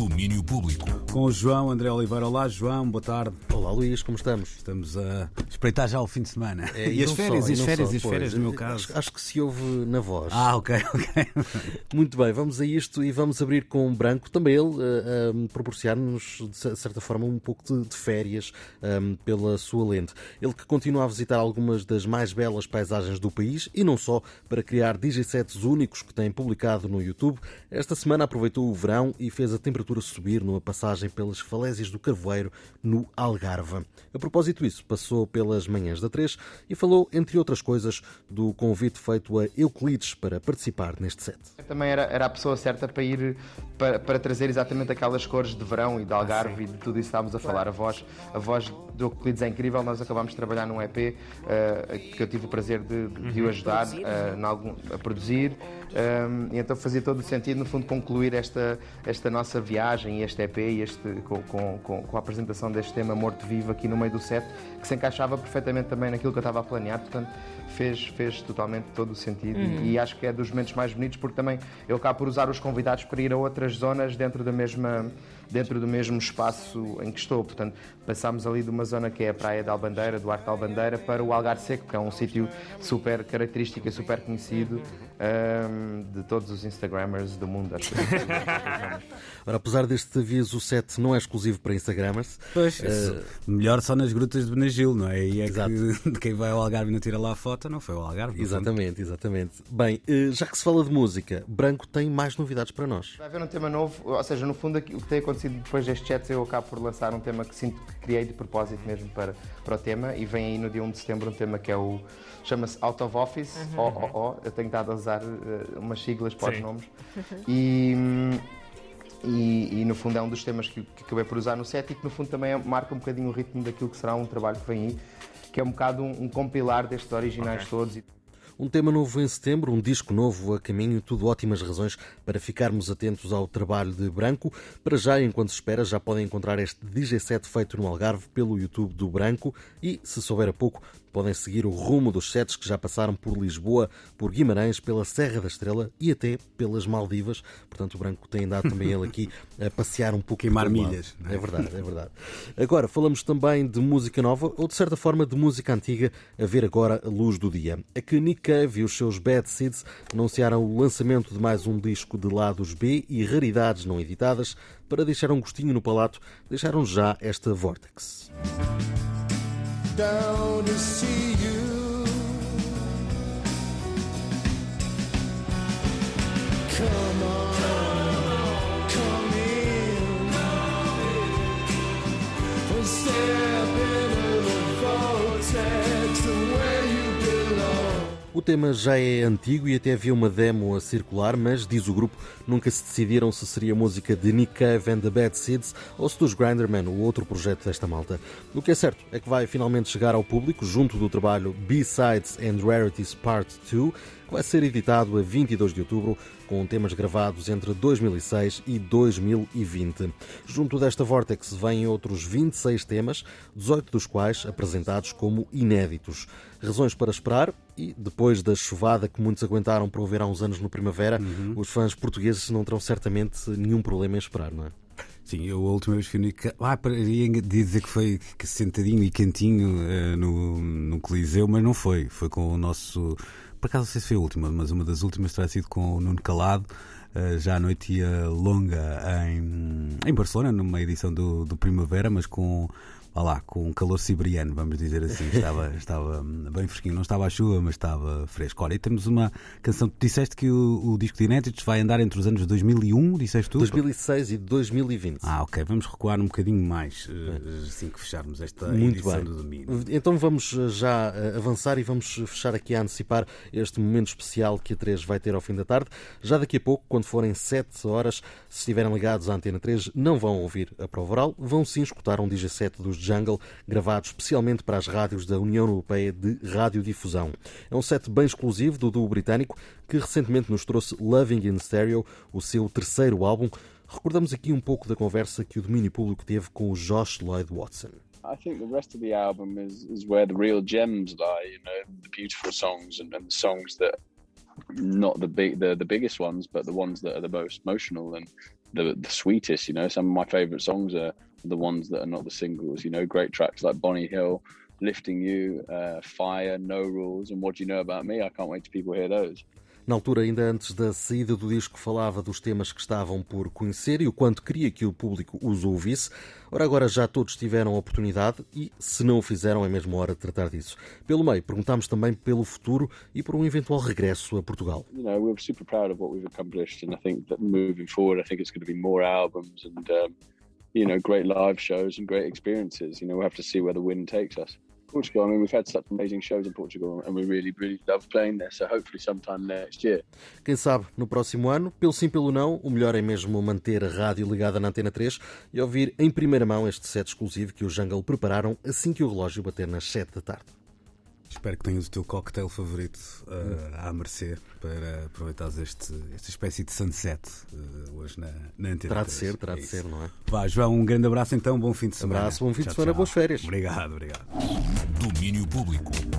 Domínio Público. Com o João André Oliveira. Olá, João, boa tarde. Olá, Luís, como estamos? Estamos a espreitar já o fim de semana. E as férias, no meu caso. Acho que se ouve na voz. Ok. Muito bem, vamos a isto e vamos abrir com um Branco, também ele a proporcionar-nos, de certa forma, um pouco de férias pela sua lente. Ele que continua a visitar algumas das mais belas paisagens do país e não só, para criar DJ-sets únicos que tem publicado no YouTube. Esta semana aproveitou o verão e fez a temperatura subir numa passagem pelas falésias do Carvoeiro, no Algarve. A propósito disso, passou pelas manhãs da 3 e falou, entre outras coisas, do convite feito a Euclides para participar neste set. Também era a pessoa certa para ir para trazer exatamente aquelas cores de verão e de Algarve e de tudo isso que estávamos a falar. A voz do Euclides é incrível. Nós acabámos de trabalhar num EP que eu tive o prazer de o ajudar a produzir. E então fazia todo o sentido, no fundo, concluir esta nossa viagem e este EP e com a apresentação deste tema Morto Vivo aqui no meio do set, que se encaixava perfeitamente também naquilo que eu estava a planear. Portanto, fez totalmente todo o sentido e acho que é dos momentos mais bonitos, porque também eu acabo por usar os convidados para ir a outras zonas dentro do mesmo espaço em que estou. Portanto, passámos ali de uma zona que é a Praia da Albandeira, do Arco da Albandeira, para o Algarve Seco, que é um sítio super característico e super conhecido de todos os Instagrammers do mundo. Acho. Ora, apesar deste aviso, o set não é exclusivo para Instagrammers. Pois, melhor só nas grutas de Benagil, não é? E é que quem vai ao Algarve e não tira lá a foto, não foi ao Algarve. Exatamente. Bem, já que se fala de música, Branco tem mais novidades para nós. Vai haver um tema novo, ou seja, no fundo o que tem acontecido depois destes chats, eu acabo por lançar um tema que sinto que criei de propósito mesmo para o tema, e vem aí no dia 1 de setembro um tema que chama-se Out of Office, eu tenho estado a usar umas siglas para os nomes, e no fundo é um dos temas que acabei por usar no set e que no fundo também marca um bocadinho o ritmo daquilo que será um trabalho que vem aí, que é um bocado um compilar destes originais todos. Um tema novo em setembro, um disco novo a caminho, tudo ótimas razões para ficarmos atentos ao trabalho de Branco. Para já, enquanto se espera, já podem encontrar este DJ set feito no Algarve pelo YouTube do Branco e, se souber a pouco, podem seguir o rumo dos sets que já passaram por Lisboa, por Guimarães, pela Serra da Estrela e até pelas Maldivas. Portanto, o Branco tem andado também ele aqui a passear um pouco. Queimar milhas. É verdade. Agora, falamos também de música nova, ou de certa forma de música antiga, a ver agora a luz do dia. É que Nick Cave e os seus Bad Seeds anunciaram o lançamento de mais um disco de lados B e raridades não editadas. Para deixar um gostinho no palato, deixaram já esta Vortex. Down to see you. Come on, come in. Step into the vortex where you belong. O tema já é antigo e até havia uma demo a circular, mas, diz o grupo, nunca se decidiram se seria música de Nick Cave and the Bad Seeds ou se dos Grinderman, o outro projeto desta malta. O que é certo é que vai finalmente chegar ao público junto do trabalho B-Sides and Rarities Part 2, que vai ser editado a 22 de outubro, com temas gravados entre 2006 e 2020. Junto desta Vortex vêm outros 26 temas, 18 dos quais apresentados como inéditos. Razões para esperar e, depois da chuvada que muitos aguentaram para ouvir há uns anos no Primavera, os fãs portugueses não terão certamente nenhum problema em esperar, não é? Sim, eu a última vez fui no ia dizer que foi sentadinho e quentinho no Coliseu, mas não foi. Foi com o nosso... Por acaso não sei se foi a última, mas uma das últimas terá sido com o Nuno Calado, já à noite ia longa em Barcelona, numa edição do Primavera, mas com um calor siberiano, vamos dizer assim. Estava bem fresquinho, não estava à chuva, mas estava fresco. Olha, e temos uma canção, tu disseste que o disco de inéditos vai andar entre os anos 2001, disseste tu? 2006 e 2020. Ok, vamos recuar um bocadinho mais, assim que fecharmos esta Muito edição bem. do Domínio. Então vamos já avançar e vamos fechar aqui a antecipar este momento especial que a 3 vai ter ao fim da tarde. Já daqui a pouco, quando forem 7 horas, se estiverem ligados à Antena 3, não vão ouvir a prova oral, vão sim escutar um DJ set dos Jungle, gravado especialmente para as rádios da União Europeia de Radiodifusão. É um set bem exclusivo do duo britânico que recentemente nos trouxe Loving in Stereo, o seu terceiro álbum. Recordamos aqui um pouco da conversa que o Domínio Público teve com o Josh Lloyd Watson. I think the rest of the album is where the real gems lie, you know, the beautiful songs and the songs that not the biggest ones, but the ones that are the most emotional. And the sweetest. You know, some of my favourite songs are the ones that are not the singles. You know, great tracks like Bonny Hill, Lifting You, Fire, No Rules, and What Do You Know About Me. I can't wait till people hear those. Na altura, ainda antes da saída do disco, falava dos temas que estavam por conhecer e o quanto queria que o público os ouvisse. Ora, agora já todos tiveram a oportunidade e, se não o fizeram, é mesmo hora de tratar disso. Pelo meio, perguntámos também pelo futuro e por um eventual regresso a Portugal. You know, we're super proud of what we've accomplished, and I think that moving forward, I think it's going to be more albums and, you know, great live shows and great experiences. You know, we'll have to see where the wind takes us. Portugal, I mean, we've had such amazing shows in Portugal and we really, really love playing there, so hopefully sometime next year. Quem sabe, no próximo ano, pelo sim, pelo não, o melhor é mesmo manter a rádio ligada na Antena 3 e ouvir em primeira mão este set exclusivo que os Jungle prepararam assim que o relógio bater nas 7 da tarde. Espero que tenhas o teu cocktail favorito à mercê para aproveitares esta espécie de sunset hoje na Antena 3. Terá de ser, não é? Vá, João, um grande abraço então, bom fim de semana. Abraço, bom fim de semana, boas férias. Obrigado. Domínio Público.